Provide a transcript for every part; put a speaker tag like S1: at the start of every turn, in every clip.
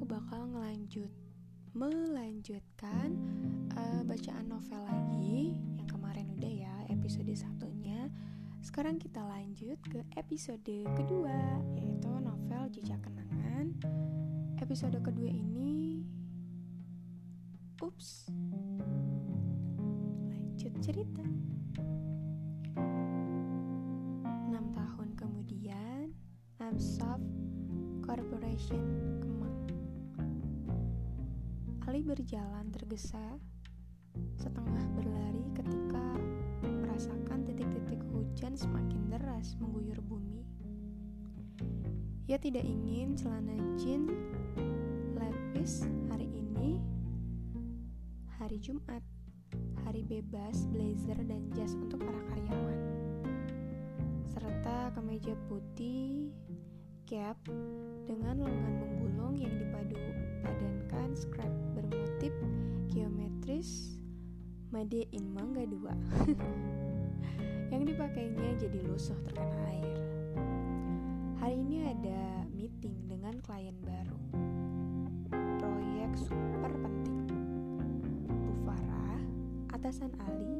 S1: aku bakal melanjutkan bacaan novel lagi. Yang kemarin udah ya episode 1-nya. Sekarang kita lanjut ke episode kedua, yaitu novel Jejak Kenangan. Episode kedua ini lanjut cerita. 6 tahun kemudian, Amsoft Corporation, Kemang. Ali berjalan tergesa, setengah berlari ketika merasakan titik-titik hujan semakin deras mengguyur bumi. Ia tidak ingin celana jeans lepis hari ini, hari Jumat, hari bebas, blazer dan jas untuk para karyawan, serta kemeja putih cap dengan lengan menggulung yang dipadu-padankan strap bermotif geometris Made in Mangga 2 yang dipakainya jadi lusuh terkena air. Hari ini ada meeting dengan klien baru, proyek super penting. Bu Farah, atasan Ali,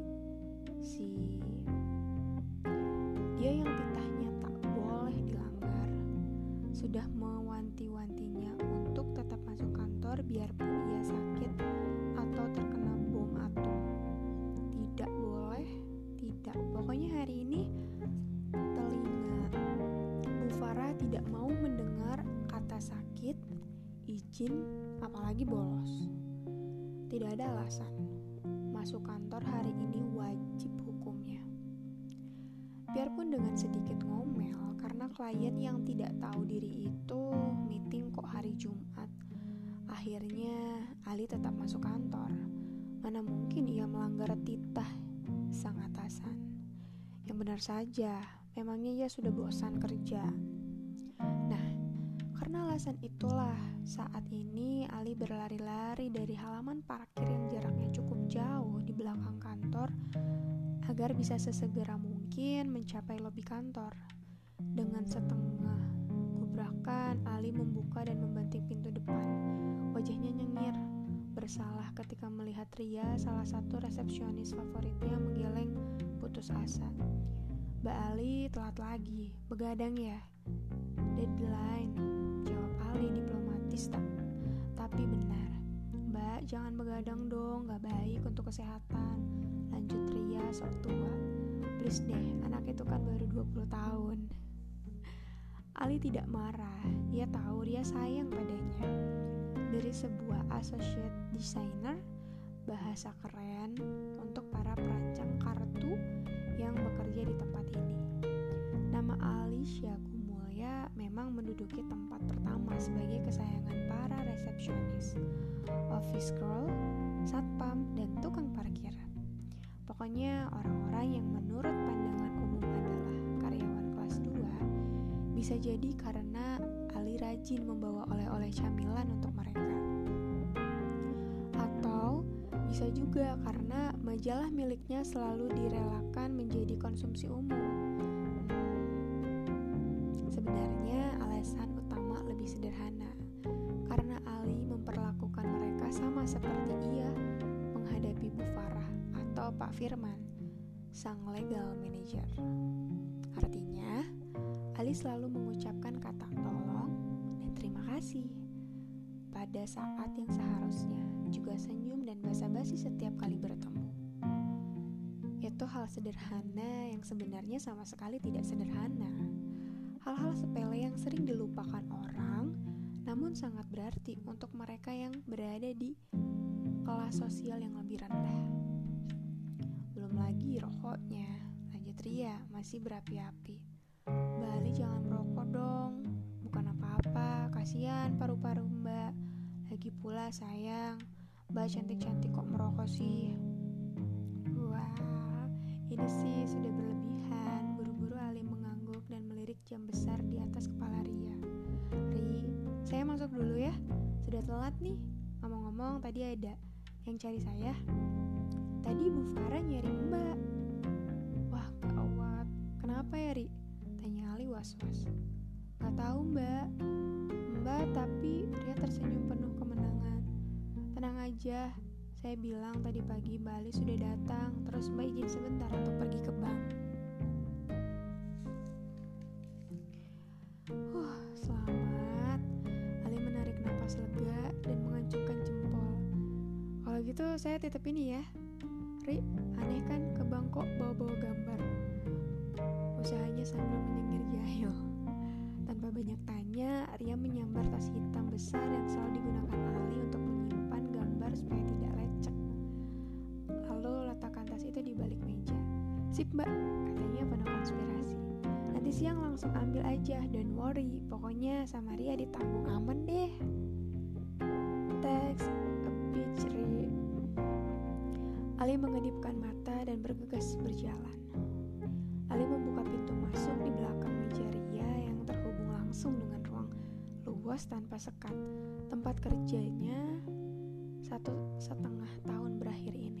S1: dia yang titahnya tak boleh dilanggar, sudah mewanti-wantinya untuk tetap masuk kantor biarpun ia sakit atau terkena bom atom. Tidak boleh, tidak. Pokoknya hari ini telinga Bu Farah tidak mau mendengar kata sakit, izin, apalagi bolos. Tidak ada alasan. Masuk kantor hari ini wajib hukumnya. Biarpun dengan sedikit ngomel karena klien yang tidak tahu diri itu meeting kok hari Jumat. Akhirnya Ali tetap masuk kantor. Mana mungkin ia melanggar titah sang atasan. Yang benar saja, memangnya ia sudah bosan kerja. Nah, karena alasan itulah saat ini Ali berlari-lari dari halaman parkir yang jaraknya cukup jauh di belakang kantor agar bisa sesegera mungkin mencapai lobi kantor. Dengan setengah gubrakan, Ali membuka dan membanting pintu depan. Wajahnya nyengir, bersalah ketika melihat Ria, salah satu resepsionis favoritnya, menggeleng putus asa. Mbak Ali telat lagi, begadang ya? Deadline, jawab Ali diplomatis tapi benar. Mbak, jangan begadang dong, gak baik untuk kesehatan, lanjut Ria sok tua. Please deh, anak itu kan baru 20 tahun. Ali tidak marah, ia tahu Ria sayang padanya. Dari sebuah associate designer, bahasa keren untuk para perancang kartu yang bekerja di tempat ini. Nama Alicia Gumulya memang menduduki tempat pertama sebagai kesayangan para resepsionis, office girl, satpam, dan tukang parkir. Pokoknya orang-orang yang menurut pandangan umum adalah karyawan kelas 2, bisa jadi karena Ali rajin membawa oleh-oleh camilan untuk mereka. Atau bisa juga karena majalah miliknya selalu direlakan menjadi konsumsi umum. Sebenarnya alasan utama lebih sederhana, karena Ali memperlakukan mereka sama seperti ia menghadapi Bu Farah atau Pak Firman, sang legal manager. Artinya, Ali selalu mengucapkan kata tolong dan terima kasih pada saat yang seharusnya, juga senyum dan basa-basi setiap kali bertemu. Itu hal sederhana yang sebenarnya sama sekali tidak sederhana. Hal-hal sepele yang sering dilupakan orang, namun sangat berarti untuk mereka yang berada di kelas sosial yang lebih rendah. Belum lagi rokoknya, lanjut Ria, masih berapi-api. Mbak Ali jangan merokok dong, bukan apa-apa, kasihan paru-paru Mbak. Lagi pula sayang, Mbak cantik-cantik kok merokok sih. Wah, ini sih sudah berlebihan. Buru-buru Ali mengangguk dan melirik jam besar di atas kepala Ria. Ri, saya masuk dulu ya, sudah telat nih. Ngomong-ngomong tadi ada yang cari saya. Tadi Bu Farah nyari Mbak. Wah, gawat. Kenapa ya, Ri? Tanya Ali was-was. Gak tahu mbak. Mbak, tapi Ria tersenyum penuh kemenangan. Tenang aja, saya bilang tadi pagi Mbak Ali sudah datang. Terus Mbak izin sebentar untuk pergi ke bank. Selamat. Ali menarik napas lega dan mengacungkan jempol. Kalau gitu saya titip ini ya. Ri, aneh kan ke bank kok bawa-bawa gambar. Usahanya sambil menyengir jahil. Tanpa banyak tanya, Ria menyambar tas hitam besar yang selalu digunakan Ali untuk menyimpan gambar supaya tidak lecek. Lalu letakkan tas itu di balik meja. Sip mbak, katanya penuh konspirasi. Nanti siang langsung ambil aja, don't worry. Pokoknya sama Ria ditanggung aman deh. Thanks, a bitch Ri. Ali mengedipkan mata dan bergegas berjalan. Ali membuka pintu masuk di belakang meja Ria yang terhubung langsung dengan ruang luas tanpa sekat, tempat kerjanya 1,5 tahun berakhir ini.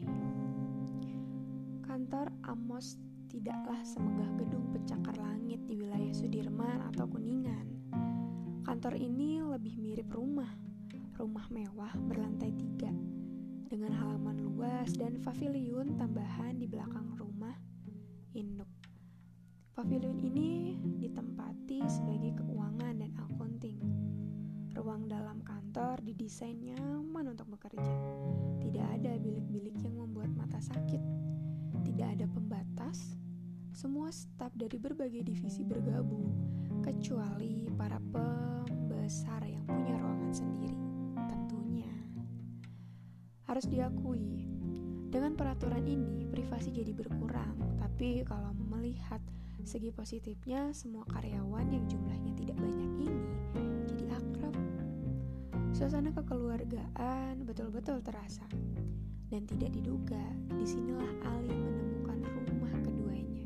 S1: Kantor Amos tidaklah semegah gedung pencakar langit di wilayah Sudirman atau Kuningan. Kantor ini lebih mirip rumah mewah berlantai 3 dengan halaman luas dan paviliun tambahan di belakang rumah induk. Paviliun ini ditempati sebagai keuangan dan akunting. Ruang dalam kantor didesain nyaman untuk bekerja. Tidak ada bilik-bilik yang membuat mata sakit. Tidak ada pembatas. Semua staf dari berbagai divisi bergabung, kecuali para pembesar yang punya ruangan sendiri. Tentunya. Harus diakui, dengan peraturan ini privasi jadi berkurang. Tapi kalau melihat segi positifnya, semua karyawan yang jumlahnya tidak banyak ini jadi akrab. Suasana kekeluargaan betul-betul terasa. Dan tidak diduga, disinilah Ali menemukan rumah keduanya.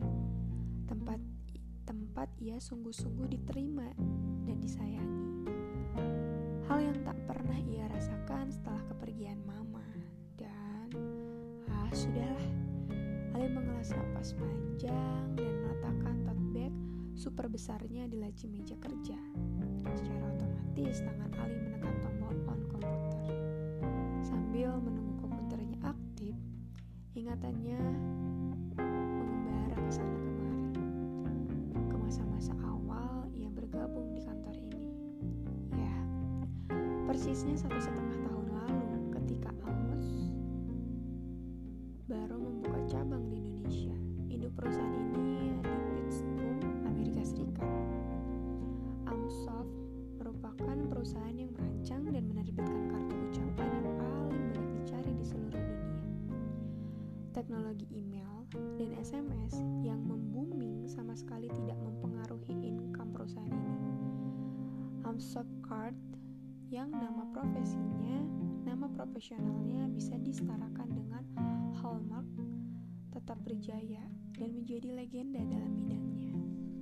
S1: Tempat ia sungguh-sungguh diterima dan disayangi. Hal yang tak pernah ia rasakan setelah kepergian mama. Dan, sudahlah. Ali mengelas napas panjang dan meletakkan tote bag super besarnya di laci meja kerja. Secara otomatis tangan Ali menekan tombol on komputer. Sambil menunggu komputernya aktif, ingatannya mengembara ke sana kemari. Ke masa-masa awal ia bergabung di kantor ini. Ya, persisnya 1,5 tahun lalu ketika Amos baru membuka cabang di Indonesia. Induk perusahaan ini di Pittsburgh, Amerika Serikat. Amsoft merupakan perusahaan yang merancang dan menerbitkan kartu ucapan yang paling banyak dicari di seluruh dunia. Teknologi email dan SMS yang membuming sama sekali tidak mempengaruhi income perusahaan ini. Amsoft Card yang nama profesionalnya bisa disetarakan dengan Hallmark tetap berjaya dan menjadi legenda dalam bidangnya.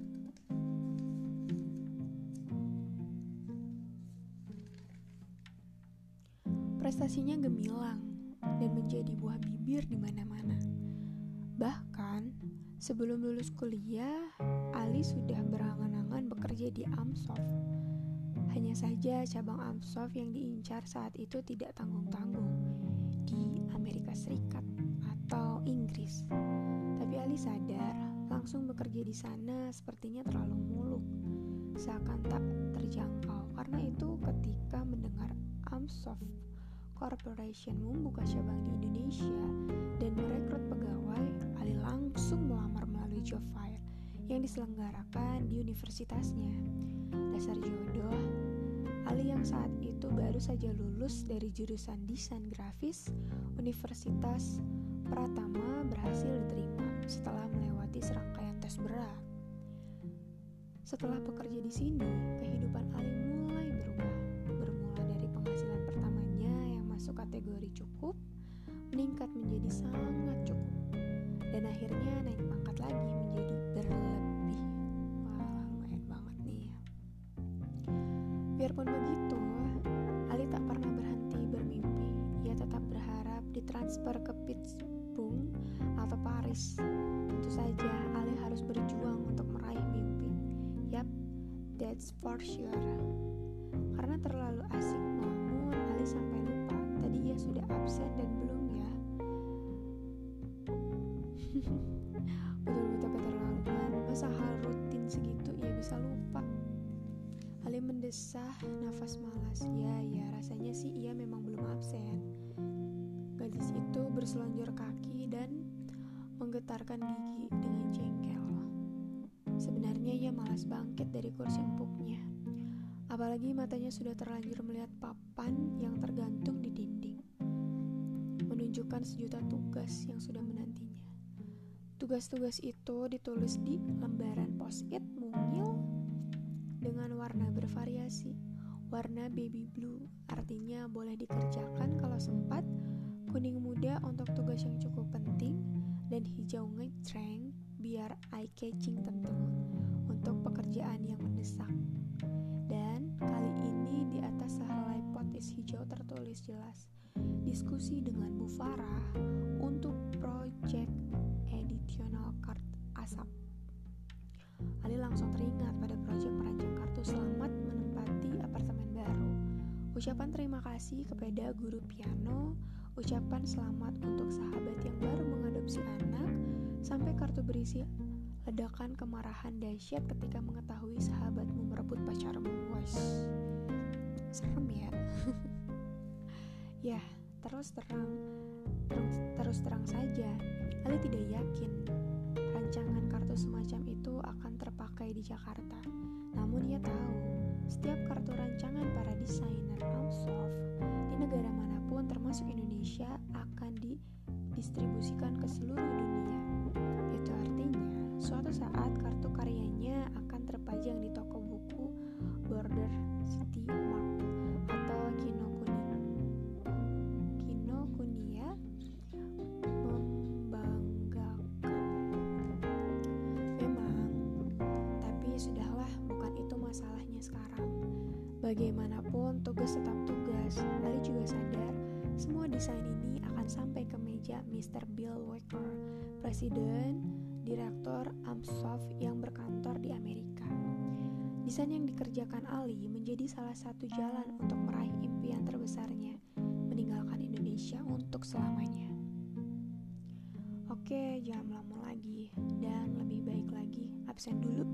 S1: Prestasinya gemilang dan menjadi buah bibir di mana-mana. Bahkan sebelum lulus kuliah, Ali sudah berangan-angan bekerja di Amsoft. Hanya saja cabang Amsoft yang diincar saat itu tidak tanggung-tanggung di Amerika Serikat atau Inggris. Tapi Ali sadar langsung bekerja di sana sepertinya terlalu muluk, seakan tak terjangkau. Karena itu ketika mendengar Amsoft Corporation membuka cabang di Indonesia dan merekrut pegawai, Ali langsung melamar melalui job fair yang diselenggarakan di universitasnya. Dasar jodoh, Ali yang saat itu baru saja lulus dari jurusan desain grafis Universitas Pratama berhasil diterima setelah melewati serangkaian tes berat. Setelah bekerja di sini, kehidupan Ali mulai berubah. Bermula dari penghasilan pertamanya yang masuk kategori cukup, meningkat menjadi sangat cukup, dan akhirnya naik pangkat lagi menjadi berlebih. Wah, lumayan banget nih. Biarpun begitu, Ali tak pernah berhenti bermimpi. Ia tetap berharap ditransfer ke Pittsburgh atau Paris. Tentu saja Ali harus berjuang untuk meraih mimpi. Yap, That's for sure. Karena terlalu asik ngelamun, Ali sampai lupa tadi ia sudah absen dan belum ya. Betul-betul keterlaluan. Masa hal rutin segitu ia bisa lupa? Ali mendesah nafas malas. Ya, rasanya sih ia memang belum absen. Gadis itu berselonjor kaki dan menggetarkan gigi dengan jengkel. Sebenarnya ia malas bangkit dari kursi empuknya. Apalagi matanya sudah terlanjur melihat papan yang tergantung di dinding, menunjukkan sejuta tugas yang sudah menantinya. Tugas-tugas itu ditulis di lembaran post-it mungil dengan warna bervariasi. Warna baby blue artinya boleh dikerjakan kalau sempat, kuning muda untuk tugas yang cukup penting, dan hijau ngejreng biar eye-catching tentu untuk pekerjaan yang mendesak. Dan kali ini di atas sehelai potis hijau tertulis jelas, diskusi dengan Bu Farah untuk project editorial card ASAP. Ali langsung teringat pada proyek perancang kartu selamat menempati apartemen baru. Ucapan terima kasih kepada guru piano, ucapan selamat untuk sahabat yang baru mengadopsi anak, sampai kartu berisi ledakan kemarahan dahsyat ketika mengetahui sahabatmu merebut pacarmu. Wes, serem ya. Ya, terus terang saja, Ali tidak yakin rancangan kartu semacam itu akan terpakai di Jakarta. Namun ia tahu, setiap kartu rancangan para desainer Amsoft di negara manapun termasuk Indonesia akan didistribusikan ke seluruh dunia. Itu artinya, suatu saat kartu karyanya akan terpajang di toko buku Border City Mart atau Kinokuniya. Membanggakan. Memang, tapi sudahlah, bukan itu masalahnya sekarang. Bagaimanapun, tugas tetap tugas. Ali juga sadar, semua desain ini akan sampai ke meja Mr. Bill Waker, Presiden Direktur Amsoft yang berkantor di Amerika. Desain yang dikerjakan Ali menjadi salah satu jalan untuk meraih impian terbesarnya, meninggalkan Indonesia untuk selamanya. Oke, jangan lama lagi, dan lebih baik lagi absen dulu.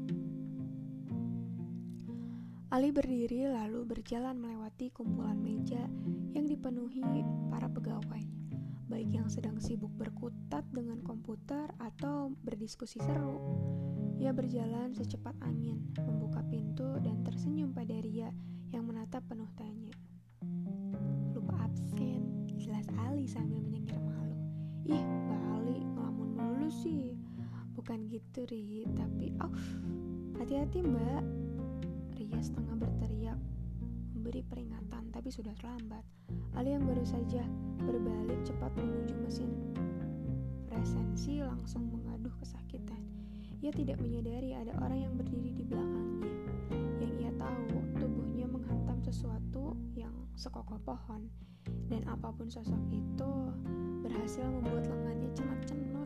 S1: Ali berdiri lalu berjalan melewati kumpulan meja yang dipenuhi para pegawai, baik yang sedang sibuk berkutat dengan komputer atau berdiskusi seru. Ia berjalan secepat angin, membuka pintu dan tersenyum pada Ria yang menatap penuh tanya. Lupa absen, jelas Ali sambil menyengir malu. Ih, Mbak Ali ngelamun mulu sih. Bukan gitu, Ri, tapi hati-hati Mbak. Ria setengah berteriak, memberi peringatan, tapi sudah terlambat. Ali yang baru saja berbalik cepat menuju mesin presensi langsung mengaduh kesakitan. Ia tidak menyadari ada orang yang berdiri di belakangnya. Yang ia tahu, tubuhnya menghantam sesuatu yang sekokoh pohon, dan apapun sosok itu berhasil membuat lengannya cenat-cenut.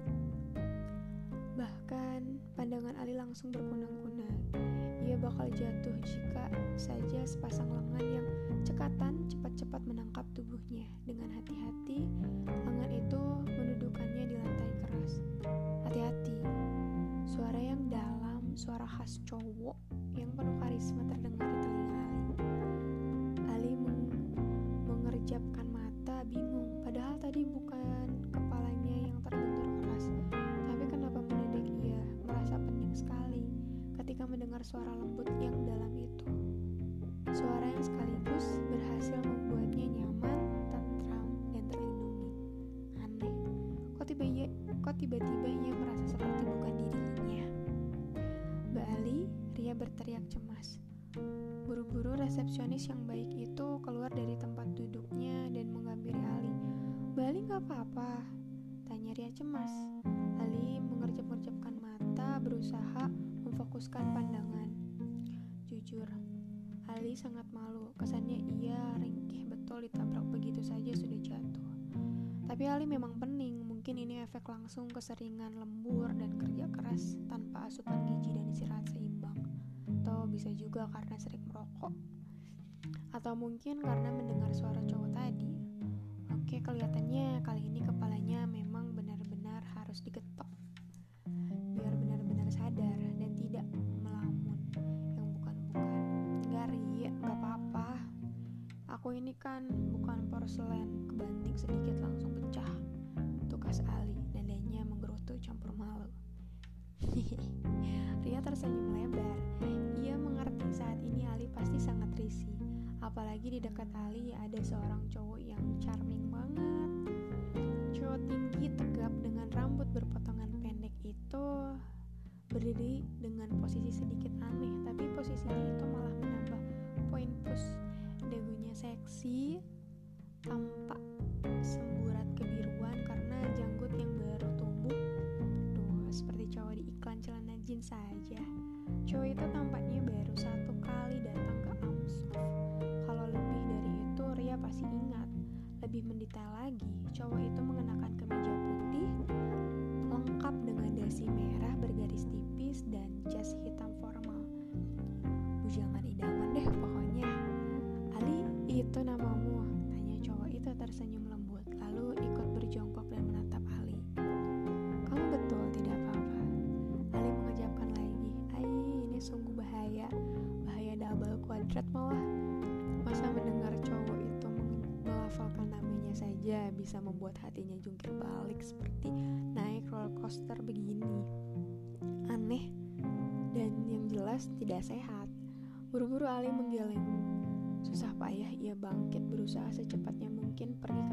S1: Bahkan pandangan Ali langsung berkunang-kunang. Ia bakal jatuh jika saja sepasang lengan yang cekatan cepat-cepat menangkap tubuhnya. Dengan hati-hati, lengan itu mendudukannya di lantai keras. Hati-hati. Suara yang dalam, suara khas cowok yang penuh karisma terdengar di telinga Ali. Ali mengerjapkan mata, bingung. Padahal tadi bukan kepalanya yang terbentur keras, tapi kenapa mendadak ia merasa pening sekali ketika mendengar suara lembut yang dalam itu. Suara yang sekaligus berhasil membuatnya nyaman, tentram, dan terlindungi. Aneh, kok tiba-tiba ia merasa seperti bukan dirinya. Mbak Ali, Ria berteriak cemas. Buru-buru resepsionis yang baik itu keluar dari tempat duduknya dan menghampiri Ali. Mbak Ali gak apa-apa? Tanya Ria cemas. Ali mengerjap-ngerjapkan mata, berusaha memfokuskan pandangan. Jujur, Ali sangat malu. Kesannya ia ringkih betul ditabrak begitu saja sudah jatuh. Tapi Ali memang pening. Mungkin ini efek langsung keseringan lembur dan kerja keras tanpa asupan gizi dan istirahat seimbang. atau bisa juga karena sering merokok, atau mungkin karena mendengar suara cowok tadi. Oke, kelihatannya kali ini kepalanya memang benar-benar harus digetok biar benar-benar sadar dan tidak melamun yang bukan-bukan. Enggak, Ri, enggak apa-apa. Aku ini kan bukan porselen, kebanting sedikit langsung pecah. Tukas Ali, nadanya menggerutu campur malu. Ria tersenyum lebar. Ia mengerti saat ini Ali pasti sangat risih. Apalagi di dekat Ali ada seorang cowok yang charming banget. Cowok tinggi tegap dengan rambut berpotongan pendek itu berdiri dengan posisi sedikit aneh, tapi posisinya itu malah menambah poin plus. Dagunya seksi, tampak semburat kebiruan karena janggut yang baru tumbuh. Seperti cowok di iklan celana jeans saja. Cowok itu tampaknya baru 1 kali datang ke Amsof. Kalau lebih dari itu, Ria pasti ingat. Lebih mendetail lagi, cowok itu mengenakan kemeja putih lengkap dengan dasi merah bergaris tipis dan jas hitam formal. Bujangan idaman deh pokoknya. Ali, itu namamu? Tanya cowok itu tersenyum lembut, lalu ikut berjongkok dan menatap Ali. Kamu betul tidak apa-apa. Ali mengejapkan lagi. Ini sungguh bahaya. Bahaya double kuadrat malah. Masa mendengar cowok itu melafalkan namanya saja bisa membuat hatinya jungkir balik seperti naik roller coaster begini. Aneh dan yang jelas tidak sehat. Buru-buru Ali menggeleng. Susah payah ia bangkit berusaha secepatnya mungkin pergi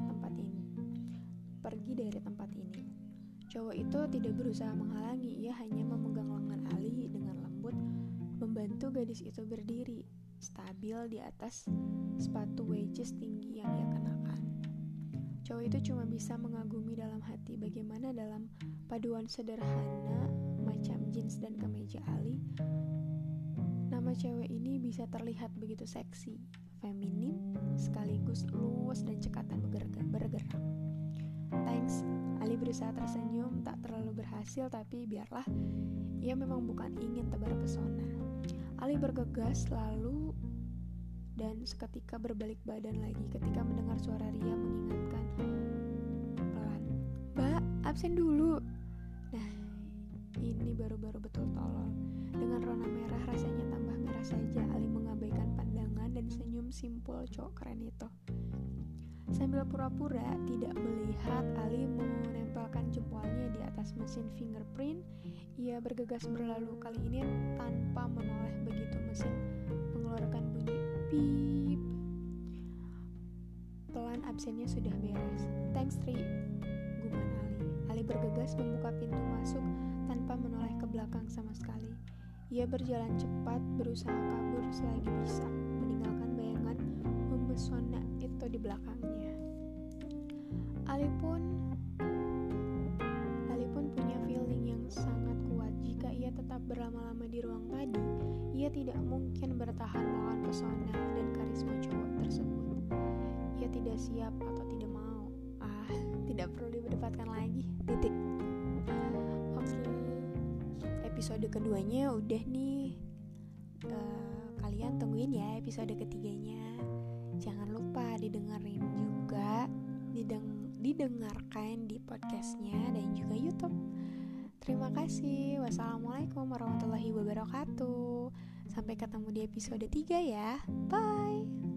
S1: dari tempat ini. Cowok itu tidak berusaha menghalangi, ia hanya memegang lengan Ali dengan lembut, membantu gadis itu berdiri stabil di atas sepatu wedges tinggi yang ia kenakan. Cowok itu cuma bisa mengagumi dalam hati bagaimana dalam paduan sederhana macam jeans dan kemeja Ali, nama cewek ini bisa terlihat begitu seksi, feminim, sekaligus luas dan cekatan bergerak. Thanks, Ali berusaha tersenyum, tak terlalu berhasil tapi biarlah, ia memang bukan ingin tebar pesona. Ali bergegas lalu dan seketika berbalik badan lagi ketika mendengar suara Ria mengingatkan pelan, "Mbak, absen dulu." Nah, ini baru-baru betul tolol. Dengan rona merah rasanya tambah merah saja. Ali mengabaikan pandangan dan senyum simpul cowok keren itu. Sambil pura-pura tidak melihat, Ali menempelkan jempolnya di atas mesin fingerprint. Ia bergegas berlalu, kali ini tanpa menoleh begitu mesin mengeluarkan bunyi pip. Pelan absennya sudah beres. Thanks, Tri, gumam Ali. Ali bergegas membuka pintu masuk tanpa menoleh ke belakang sama sekali. Ia berjalan cepat, berusaha kabur selagi bisa, meninggalkan bayangan memesona itu di belakangnya. Ali pun punya feeling yang sangat kuat. Jika ia tetap berlama-lama di ruang tadi, ia tidak mungkin bertahan melawan pesona dan karisma cowok tersebut. Ia tidak siap atau tidak mau. Tidak perlu diperdebatkan lagi. Titik. Oke. Episode keduanya udah nih. Kalian tungguin ya episode ketiganya. Jangan lupa didengerin juga, didengarkan di podcastnya dan juga YouTube. Terima kasih. Wassalamualaikum warahmatullahi wabarakatuh. Sampai ketemu di episode 3 ya. Bye.